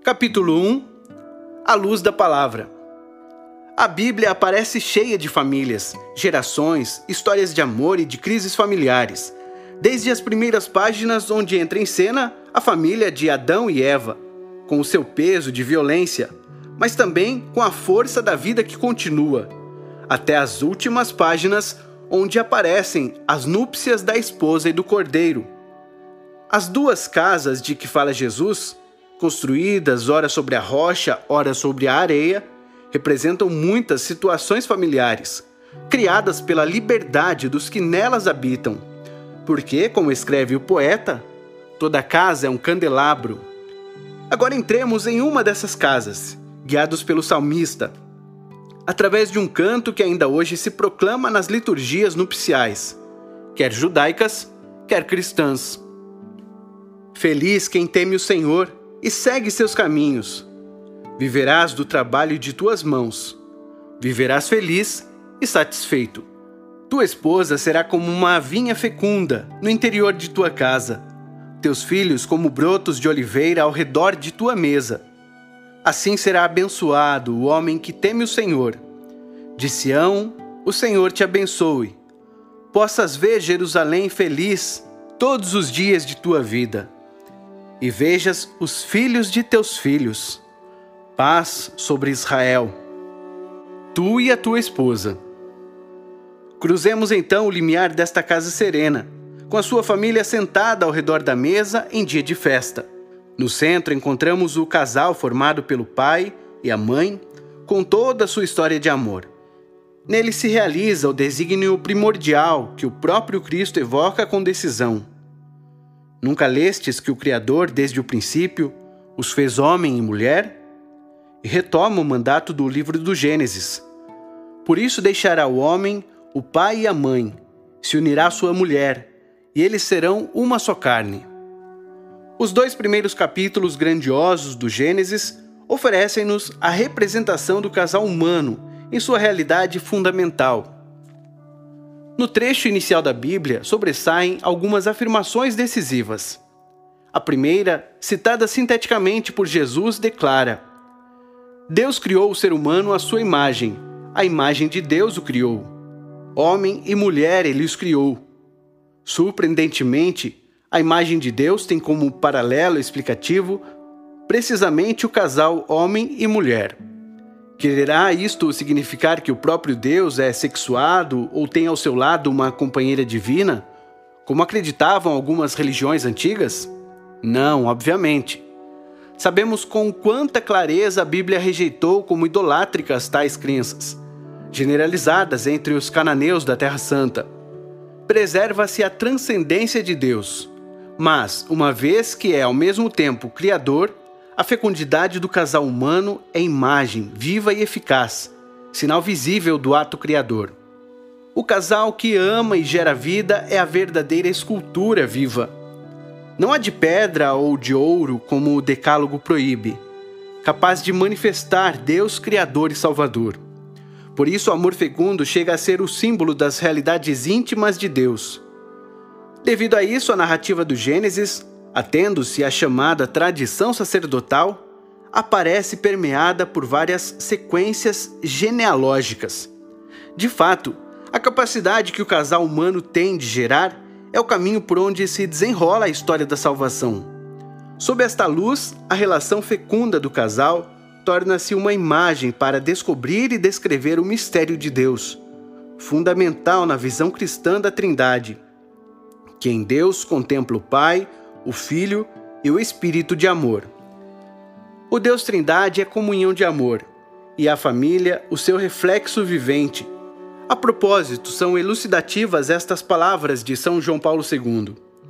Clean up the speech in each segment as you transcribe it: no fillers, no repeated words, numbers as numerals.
Capítulo 1 A luz da palavra. A Bíblia aparece cheia de famílias, gerações, histórias de amor e de crises familiares. Desde as primeiras páginas, onde entra em cena a família de Adão e Eva, com o seu peso de violência, mas também com a força da vida que continua, até as últimas páginas, onde aparecem as núpcias da esposa e do cordeiro. As duas casas de que fala Jesus, construídas ora sobre a rocha, ora sobre a areia, representam muitas situações familiares, criadas pela liberdade dos que nelas habitam. Porque, como escreve o poeta, toda casa é um candelabro. Agora entremos em uma dessas casas, guiados pelo salmista, através de um canto que ainda hoje se proclama nas liturgias nupciais, quer judaicas, quer cristãs. Feliz quem teme o Senhor e segue seus caminhos. Viverás do trabalho de tuas mãos. Viverás feliz e satisfeito. Tua esposa será como uma vinha fecunda no interior de tua casa. Teus filhos como brotos de oliveira ao redor de tua mesa. Assim será abençoado o homem que teme o Senhor. De Sião, o Senhor te abençoe. Possas ver Jerusalém feliz todos os dias de tua vida. E vejas os filhos de teus filhos. Paz sobre Israel. Tu e a tua esposa. Cruzemos então o limiar desta casa serena, com a sua família sentada ao redor da mesa em dia de festa. No centro encontramos o casal formado pelo pai e a mãe, com toda a sua história de amor. Nele se realiza o desígnio primordial que o próprio Cristo evoca com decisão. Nunca lestes que o Criador, desde o princípio, os fez homem e mulher? E retoma o mandato do livro do Gênesis. Por isso deixará o homem o pai e a mãe, se unirá à sua mulher, e eles serão uma só carne. Os dois primeiros capítulos grandiosos do Gênesis oferecem-nos a representação do casal humano em sua realidade fundamental. No trecho inicial da Bíblia sobressaem algumas afirmações decisivas. A primeira, citada sinteticamente por Jesus, declara: Deus criou o ser humano à sua imagem, a imagem de Deus o criou. Homem e mulher ele os criou. Surpreendentemente, a imagem de Deus tem como paralelo explicativo precisamente o casal homem e mulher. Quererá isto significar que o próprio Deus é sexuado ou tem ao seu lado uma companheira divina, como acreditavam algumas religiões antigas? Não, obviamente. Sabemos com quanta clareza a Bíblia rejeitou como idolátricas tais crenças, generalizadas entre os cananeus da Terra Santa. Preserva-se a transcendência de Deus, mas, uma vez que é ao mesmo tempo Criador, a fecundidade do casal humano é imagem viva e eficaz, sinal visível do ato criador. O casal que ama e gera vida é a verdadeira escultura viva. Não a de pedra ou de ouro, como o Decálogo proíbe, capaz de manifestar Deus Criador e Salvador. Por isso o amor fecundo chega a ser o símbolo das realidades íntimas de Deus. Devido a isso, a narrativa do Gênesis, atendo-se à chamada tradição sacerdotal, aparece permeada por várias sequências genealógicas. De fato, a capacidade que o casal humano tem de gerar é o caminho por onde se desenrola a história da salvação. Sob esta luz, a relação fecunda do casal torna-se uma imagem para descobrir e descrever o mistério de Deus, fundamental na visão cristã da Trindade, que em Deus contempla o Pai, o Filho e o Espírito de amor. O Deus Trindade é comunhão de amor, e a família, o seu reflexo vivente. A propósito, são elucidativas estas palavras de São João Paulo II.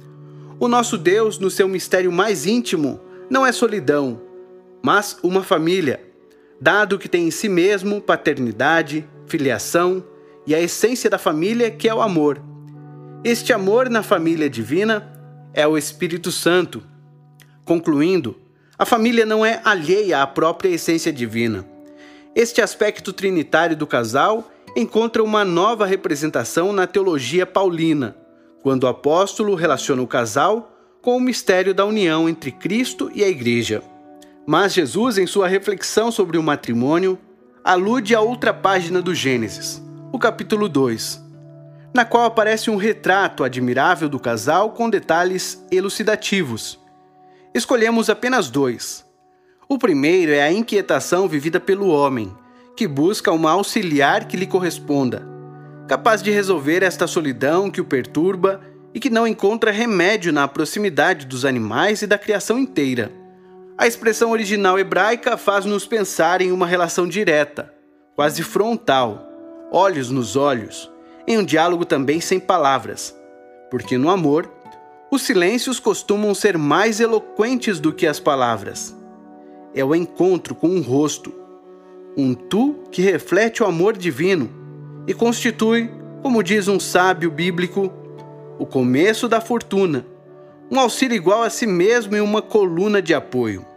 O nosso Deus, no seu mistério mais íntimo, não é solidão, mas uma família, dado que tem em si mesmo paternidade, filiação e a essência da família, que é o amor. Este amor na família divina é o Espírito Santo. Concluindo, a família não é alheia à própria essência divina. Este aspecto trinitário do casal encontra uma nova representação na teologia paulina, quando o apóstolo relaciona o casal com o mistério da união entre Cristo e a Igreja. Mas Jesus, em sua reflexão sobre o matrimônio, alude a outra página do Gênesis, o capítulo 2, na qual aparece um retrato admirável do casal com detalhes elucidativos. Escolhemos apenas 2. O primeiro é a inquietação vivida pelo homem, que busca uma auxiliar que lhe corresponda, capaz de resolver esta solidão que o perturba e que não encontra remédio na proximidade dos animais e da criação inteira. A expressão original hebraica faz-nos pensar em uma relação direta, quase frontal, olhos nos olhos, em um diálogo também sem palavras, porque no amor, os silêncios costumam ser mais eloquentes do que as palavras. É o encontro com um rosto, um tu que reflete o amor divino e constitui, como diz um sábio bíblico, o começo da fortuna, um auxílio igual a si mesmo e uma coluna de apoio.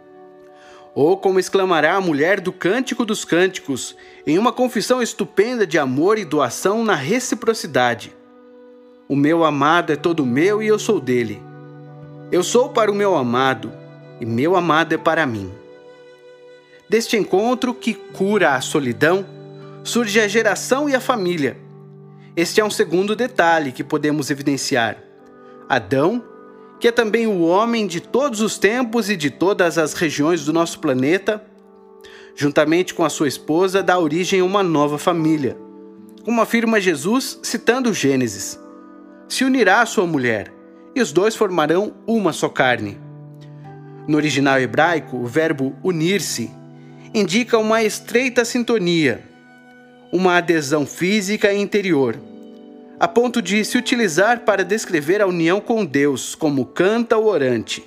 Ou como exclamará a mulher do Cântico dos Cânticos, em uma confissão estupenda de amor e doação na reciprocidade: o meu amado é todo meu e eu sou dele. Eu sou para o meu amado, e meu amado é para mim. Deste encontro que cura a solidão, surge a geração e a família. Este é um segundo detalhe que podemos evidenciar. Adão, que é também o homem de todos os tempos e de todas as regiões do nosso planeta, juntamente com a sua esposa, dá origem a uma nova família. Como afirma Jesus, citando o Gênesis: se unirá à sua mulher, e os dois formarão uma só carne. No original hebraico, o verbo unir-se indica uma estreita sintonia, uma adesão física e interior, a ponto de se utilizar para descrever a união com Deus, como canta o orante: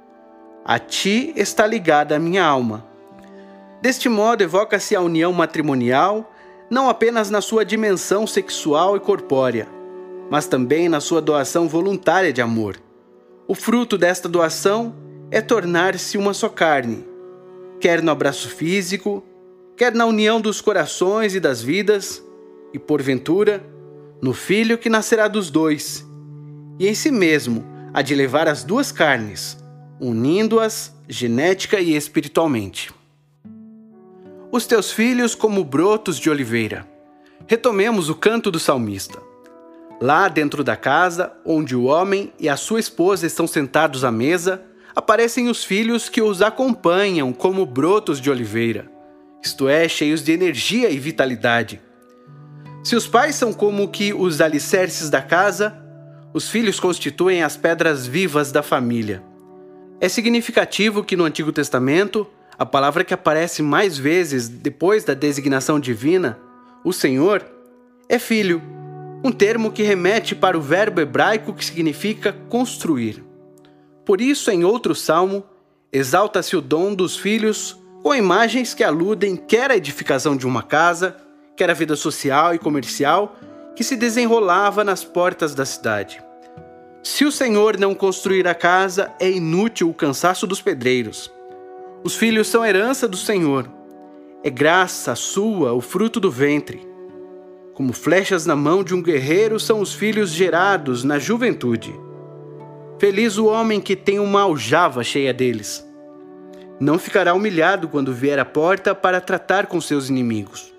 a ti está ligada a minha alma. Deste modo, evoca-se a união matrimonial, não apenas na sua dimensão sexual e corpórea, mas também na sua doação voluntária de amor. O fruto desta doação é tornar-se uma só carne, quer no abraço físico, quer na união dos corações e das vidas, e porventura, no filho que nascerá dos dois, e em si mesmo há de levar as duas carnes, unindo-as genética e espiritualmente. Os teus filhos como brotos de oliveira. Retomemos o canto do salmista. Lá dentro da casa, onde o homem e a sua esposa estão sentados à mesa, aparecem os filhos que os acompanham como brotos de oliveira, isto é, cheios de energia e vitalidade. Se os pais são como que os alicerces da casa, os filhos constituem as pedras vivas da família. É significativo que no Antigo Testamento, a palavra que aparece mais vezes depois da designação divina, o Senhor, é filho, um termo que remete para o verbo hebraico que significa construir. Por isso, em outro salmo, exalta-se o dom dos filhos com imagens que aludem quer à edificação de uma casa, quer à vida social e comercial que se desenrolava nas portas da cidade. Se o Senhor não construir a casa, é inútil o cansaço dos pedreiros. Os filhos são herança do Senhor. É graça sua o fruto do ventre. Como flechas na mão de um guerreiro são os filhos gerados na juventude. Feliz o homem que tem uma aljava cheia deles. Não ficará humilhado quando vier à porta para tratar com seus inimigos.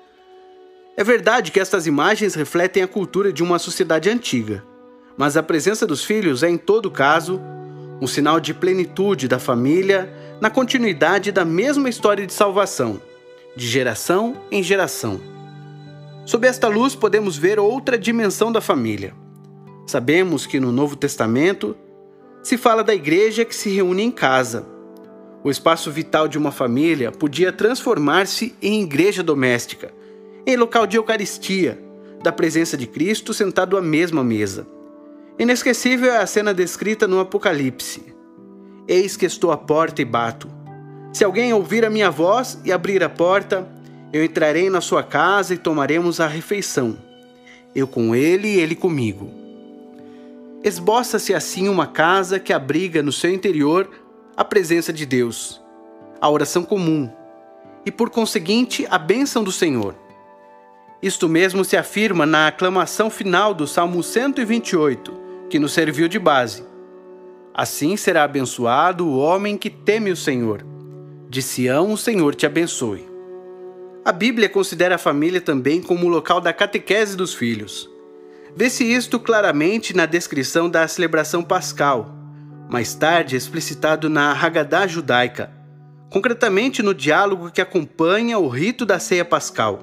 É verdade que estas imagens refletem a cultura de uma sociedade antiga, mas a presença dos filhos é, em todo caso, um sinal de plenitude da família na continuidade da mesma história de salvação, de geração em geração. Sob esta luz, podemos ver outra dimensão da família. Sabemos que no Novo Testamento se fala da igreja que se reúne em casa. O espaço vital de uma família podia transformar-se em igreja doméstica, em local de Eucaristia, da presença de Cristo sentado à mesma mesa. Inesquecível é a cena descrita no Apocalipse. Eis que estou à porta e bato. Se alguém ouvir a minha voz e abrir a porta, eu entrarei na sua casa e tomaremos a refeição, eu com ele e ele comigo. Esboça-se assim uma casa que abriga no seu interior a presença de Deus, a oração comum e, por conseguinte, a bênção do Senhor. Isto mesmo se afirma na aclamação final do Salmo 128, que nos serviu de base. Assim será abençoado o homem que teme o Senhor. De Sião o Senhor te abençoe. A Bíblia considera a família também como o local da catequese dos filhos. Vê-se isto claramente na descrição da celebração pascal, mais tarde explicitado na Haggadah judaica, concretamente no diálogo que acompanha o rito da ceia pascal.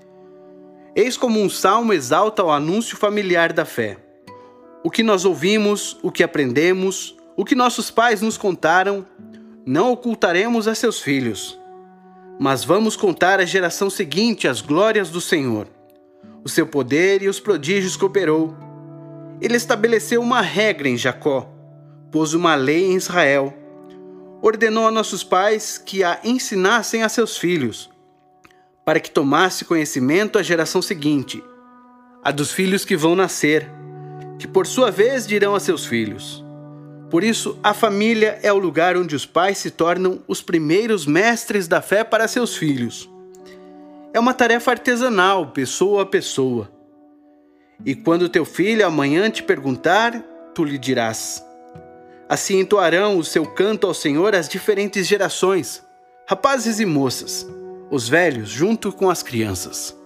Eis como um salmo exalta o anúncio familiar da fé. O que nós ouvimos, o que aprendemos, o que nossos pais nos contaram, não ocultaremos a seus filhos, mas vamos contar à geração seguinte as glórias do Senhor, o seu poder e os prodígios que operou. Ele estabeleceu uma regra em Jacó, pôs uma lei em Israel, ordenou a nossos pais que a ensinassem a seus filhos, para que tomasse conhecimento a geração seguinte, a dos filhos que vão nascer, que por sua vez dirão a seus filhos. Por isso, a família é o lugar onde os pais se tornam os primeiros mestres da fé para seus filhos. É uma tarefa artesanal, pessoa a pessoa. E quando teu filho amanhã te perguntar, tu lhe dirás. Assim entoarão o seu canto ao Senhor as diferentes gerações, rapazes e moças, os velhos junto com as crianças.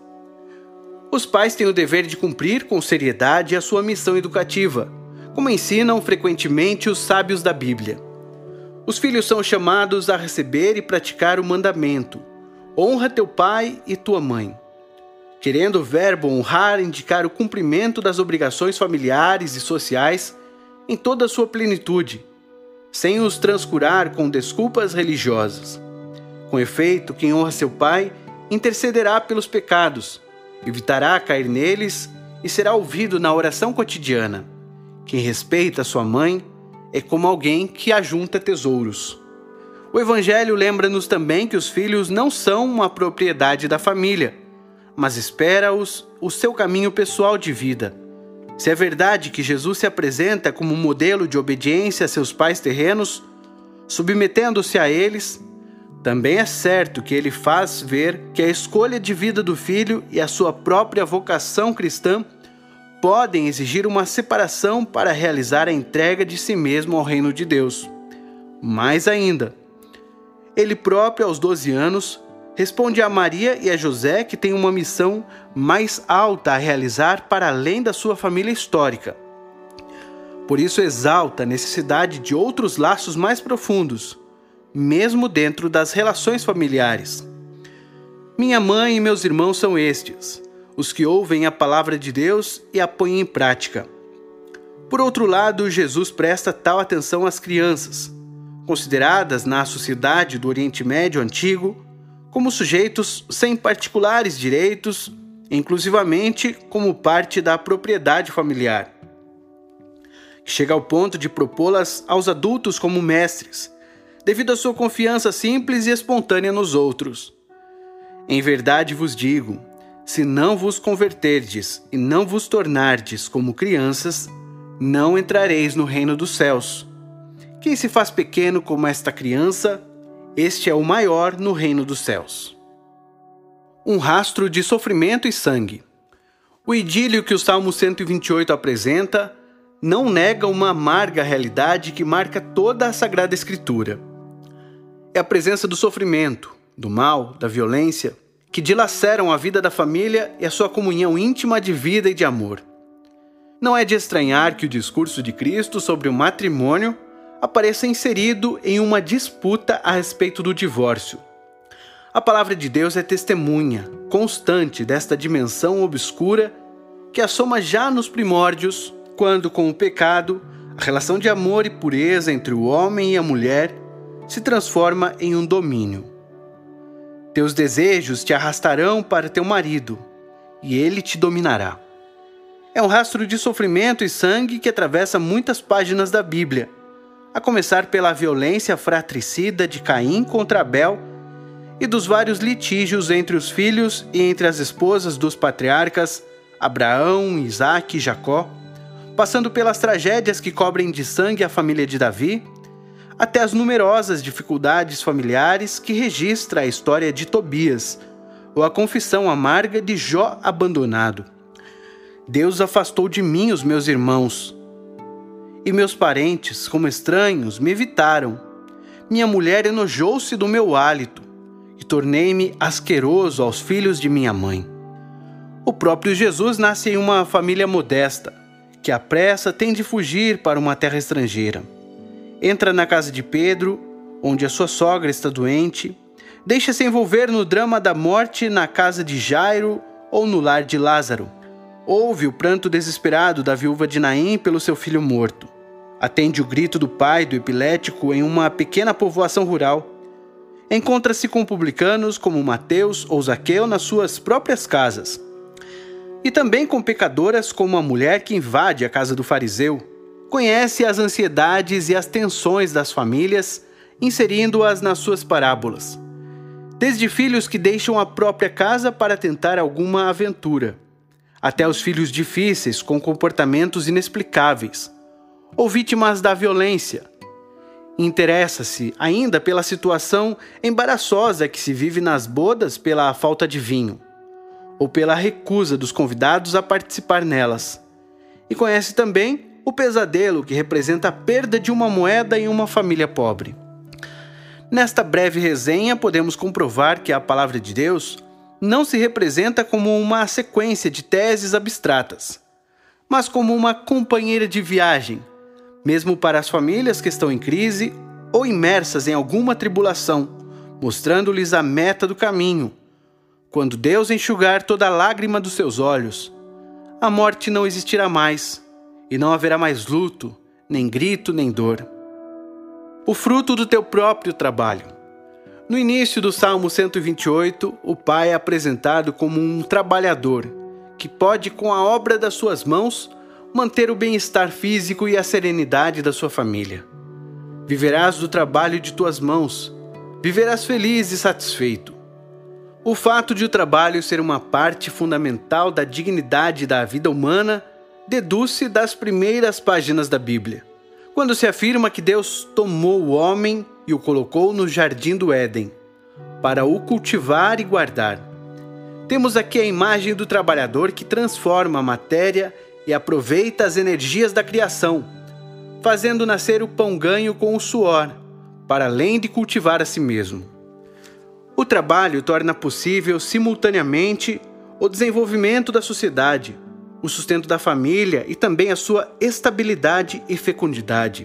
Os pais têm o dever de cumprir com seriedade a sua missão educativa, como ensinam frequentemente os sábios da Bíblia. Os filhos são chamados a receber e praticar o mandamento: honra teu pai e tua mãe. Querendo o verbo honrar indicar o cumprimento das obrigações familiares e sociais em toda a sua plenitude, sem os transcurar com desculpas religiosas. Com efeito, quem honra seu pai intercederá pelos pecados, evitará cair neles e será ouvido na oração cotidiana. Quem respeita sua mãe é como alguém que ajunta tesouros. O Evangelho lembra-nos também que os filhos não são uma propriedade da família, mas espera-os o seu caminho pessoal de vida. Se é verdade que Jesus se apresenta como um modelo de obediência a seus pais terrenos, submetendo-se a eles, também é certo que ele faz ver que a escolha de vida do filho e a sua própria vocação cristã podem exigir uma separação para realizar a entrega de si mesmo ao reino de Deus. Mais ainda, ele próprio, aos 12 anos, responde a Maria e a José que tem uma missão mais alta a realizar para além da sua família histórica. Por isso exalta a necessidade de outros laços mais profundos, mesmo dentro das relações familiares. Minha mãe e meus irmãos são estes, os que ouvem a palavra de Deus e a põem em prática. Por outro lado, Jesus presta tal atenção às crianças, consideradas na sociedade do Oriente Médio antigo como sujeitos sem particulares direitos, inclusivamente como parte da propriedade familiar, que chega ao ponto de propô-las aos adultos como mestres, devido à sua confiança simples e espontânea nos outros. Em verdade vos digo, se não vos converterdes e não vos tornardes como crianças, não entrareis no reino dos céus. Quem se faz pequeno como esta criança, este é o maior no reino dos céus. Um rastro de sofrimento e sangue. O idílio que o Salmo 128 apresenta não nega uma amarga realidade que marca toda a Sagrada Escritura. É a presença do sofrimento, do mal, da violência, que dilaceram a vida da família e a sua comunhão íntima de vida e de amor. Não é de estranhar que o discurso de Cristo sobre o matrimônio apareça inserido em uma disputa a respeito do divórcio. A palavra de Deus é testemunha constante desta dimensão obscura que assoma já nos primórdios, quando, com o pecado, a relação de amor e pureza entre o homem e a mulher se transforma em um domínio. Teus desejos te arrastarão para teu marido, e ele te dominará. É um rastro de sofrimento e sangue que atravessa muitas páginas da Bíblia, a começar pela violência fratricida de Caim contra Abel e dos vários litígios entre os filhos e entre as esposas dos patriarcas Abraão, Isaque e Jacó, passando pelas tragédias que cobrem de sangue a família de Davi, até as numerosas dificuldades familiares que registra a história de Tobias, ou a confissão amarga de Jó abandonado. Deus afastou de mim os meus irmãos, e meus parentes, como estranhos, me evitaram. minha mulher enojou-se do meu hálito, e tornei-me asqueroso aos filhos de minha mãe. O próprio Jesus nasce em uma família modesta, que à pressa tem de fugir para uma terra estrangeira. Entra na casa de Pedro, onde a sua sogra está doente, deixa-se envolver no drama da morte na casa de Jairo ou no lar de Lázaro. Ouve o pranto desesperado da viúva de Naim pelo seu filho morto. Atende o grito do pai do epilético em uma pequena povoação rural. Encontra-se com publicanos como Mateus ou Zaqueu nas suas próprias casas. E também com pecadoras como a mulher que invade a casa do fariseu. Conhece as ansiedades e as tensões das famílias, inserindo-as nas suas parábolas. Desde filhos que deixam a própria casa para tentar alguma aventura, até os filhos difíceis com comportamentos inexplicáveis, ou vítimas da violência. Interessa-se ainda pela situação embaraçosa que se vive nas bodas pela falta de vinho, ou pela recusa dos convidados a participar nelas. E conhece também o pesadelo que representa a perda de uma moeda em uma família pobre. Nesta breve resenha, podemos comprovar que a palavra de Deus não se representa como uma sequência de teses abstratas, mas como uma companheira de viagem, mesmo para as famílias que estão em crise ou imersas em alguma tribulação, mostrando-lhes a meta do caminho. Quando Deus enxugar toda a lágrima dos seus olhos, a morte não existirá mais, e não haverá mais luto, nem grito, nem dor. O fruto do teu próprio trabalho. No início do Salmo 128, o pai é apresentado como um trabalhador, que pode, com a obra das suas mãos, manter o bem-estar físico e a serenidade da sua família. Viverás do trabalho de tuas mãos, viverás feliz e satisfeito. O fato de o trabalho ser uma parte fundamental da dignidade da vida humana deduz-se das primeiras páginas da Bíblia, quando se afirma que Deus tomou o homem e o colocou no jardim do Éden, para o cultivar e guardar. Temos aqui a imagem do trabalhador que transforma a matéria e aproveita as energias da criação, fazendo nascer o pão ganho com o suor, para além de cultivar a si mesmo. O trabalho torna possível, simultaneamente, o desenvolvimento da sociedade, o sustento da família e também a sua estabilidade e fecundidade.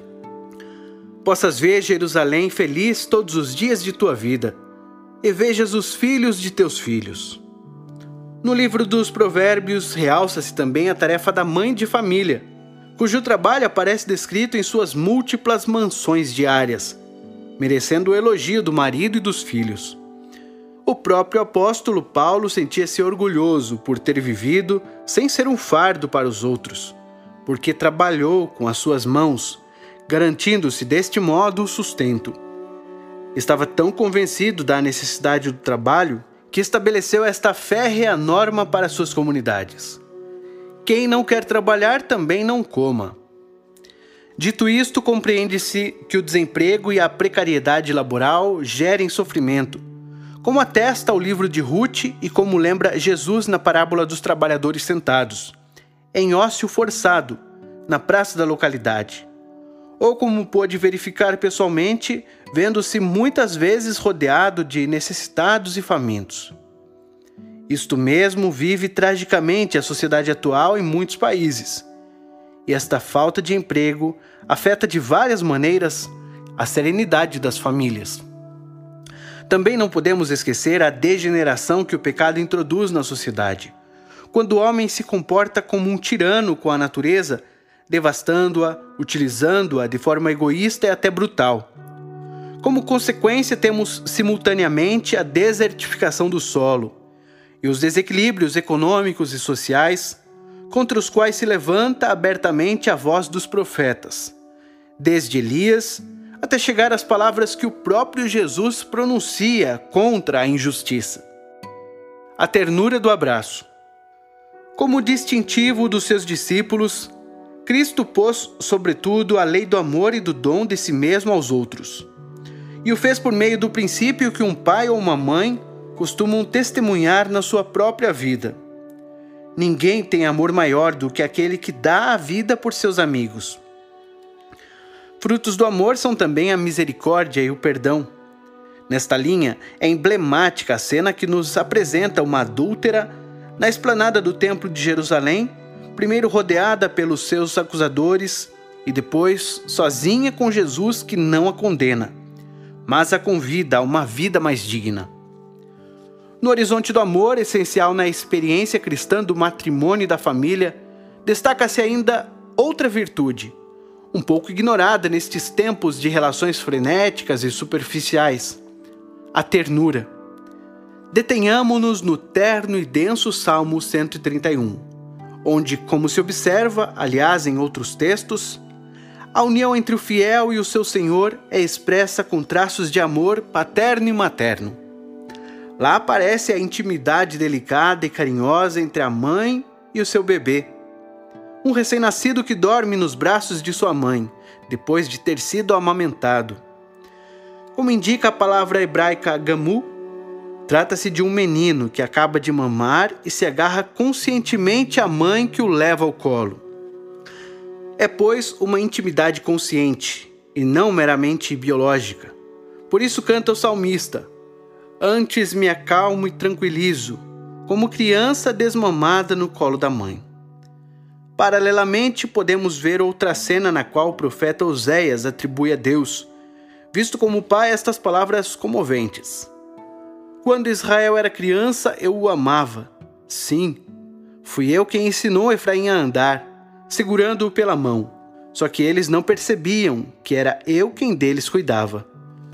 Possas ver Jerusalém feliz todos os dias de tua vida, e vejas os filhos de teus filhos. No livro dos Provérbios, realça-se também a tarefa da mãe de família, cujo trabalho aparece descrito em suas múltiplas mansões diárias, merecendo o elogio do marido e dos filhos. O próprio apóstolo Paulo sentia-se orgulhoso por ter vivido sem ser um fardo para os outros, porque trabalhou com as suas mãos, garantindo-se deste modo o sustento. Estava tão convencido da necessidade do trabalho que estabeleceu esta férrea norma para suas comunidades: quem não quer trabalhar também não coma. Dito isto, compreende-se que o desemprego e a precariedade laboral gerem sofrimento, como atesta o livro de Ruth e como lembra Jesus na parábola dos trabalhadores sentados, em ócio forçado, na praça da localidade, ou como pôde verificar pessoalmente, vendo-se muitas vezes rodeado de necessitados e famintos. Isto mesmo vive tragicamente a sociedade atual em muitos países, e esta falta de emprego afeta de várias maneiras a serenidade das famílias. Também não podemos esquecer a degeneração que o pecado introduz na sociedade, quando o homem se comporta como um tirano com a natureza, devastando-a, utilizando-a de forma egoísta e até brutal. Como consequência, temos simultaneamente a desertificação do solo e os desequilíbrios econômicos e sociais, contra os quais se levanta abertamente a voz dos profetas, desde Elias até chegar às palavras que o próprio Jesus pronuncia contra a injustiça. A ternura do abraço. Como distintivo dos seus discípulos, Cristo pôs, sobretudo, a lei do amor e do dom de si mesmo aos outros, e o fez por meio do princípio que um pai ou uma mãe costumam testemunhar na sua própria vida. Ninguém tem amor maior do que aquele que dá a vida por seus amigos. Frutos do amor são também a misericórdia e o perdão. Nesta linha, é emblemática a cena que nos apresenta uma adúltera na esplanada do Templo de Jerusalém, primeiro rodeada pelos seus acusadores e depois sozinha com Jesus, que não a condena, mas a convida a uma vida mais digna. No horizonte do amor, essencial na experiência cristã do matrimônio e da família, destaca-se ainda outra virtude, um pouco ignorada nestes tempos de relações frenéticas e superficiais: a ternura. Detenhamo-nos no terno e denso Salmo 131, onde, como se observa, aliás, em outros textos, a união entre o fiel e o seu Senhor é expressa com traços de amor paterno e materno. Lá aparece a intimidade delicada e carinhosa entre a mãe e o seu bebê. Um recém-nascido que dorme nos braços de sua mãe, depois de ter sido amamentado. Como indica a palavra hebraica gamu, trata-se de um menino que acaba de mamar e se agarra conscientemente à mãe que o leva ao colo. É, pois, uma intimidade consciente e não meramente biológica. Por isso canta o salmista: antes me acalmo e tranquilizo, como criança desmamada no colo da mãe. Paralelamente, podemos ver outra cena na qual o profeta Oséias atribui a Deus, visto como pai, estas palavras comoventes: quando Israel era criança, eu o amava. Sim, fui eu quem ensinou Efraim a andar, segurando-o pela mão. Só que eles não percebiam que era eu quem deles cuidava.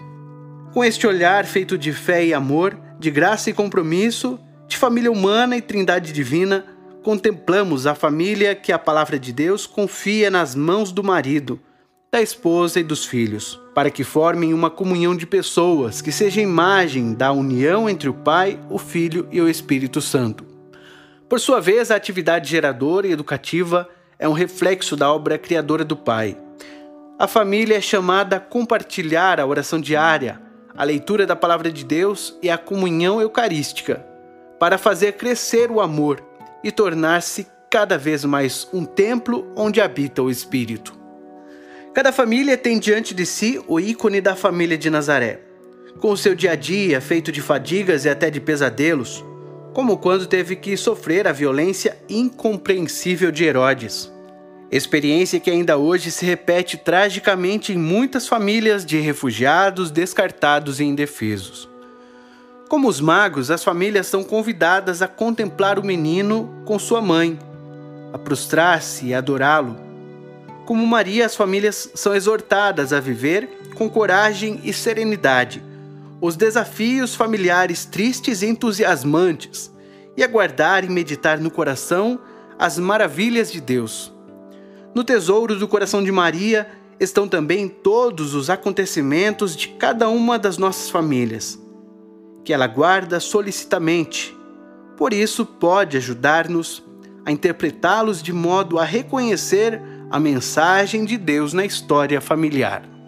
Com este olhar feito de fé e amor, de graça e compromisso, de família humana e trindade divina, contemplamos a família que a palavra de Deus confia nas mãos do marido, da esposa e dos filhos, para que formem uma comunhão de pessoas que seja imagem da união entre o Pai, o Filho e o Espírito Santo. Por sua vez, a atividade geradora e educativa é um reflexo da obra criadora do Pai. A família é chamada a compartilhar a oração diária, a leitura da palavra de Deus e a comunhão eucarística, para fazer crescer o amor e tornar-se cada vez mais um templo onde habita o Espírito. Cada família tem diante de si o ícone da família de Nazaré, com o seu dia a dia feito de fadigas e até de pesadelos, como quando teve que sofrer a violência incompreensível de Herodes. Experiência que ainda hoje se repete tragicamente em muitas famílias de refugiados, descartados e indefesos. Como os magos, as famílias são convidadas a contemplar o menino com sua mãe, a prostrar-se e adorá-lo. Como Maria, as famílias são exortadas a viver com coragem e serenidade os desafios familiares tristes e entusiasmantes e aguardar e meditar no coração as maravilhas de Deus. No tesouro do coração de Maria estão também todos os acontecimentos de cada uma das nossas famílias, que ela guarda solicitamente. Por isso, pode ajudar-nos a interpretá-los de modo a reconhecer a mensagem de Deus na história familiar.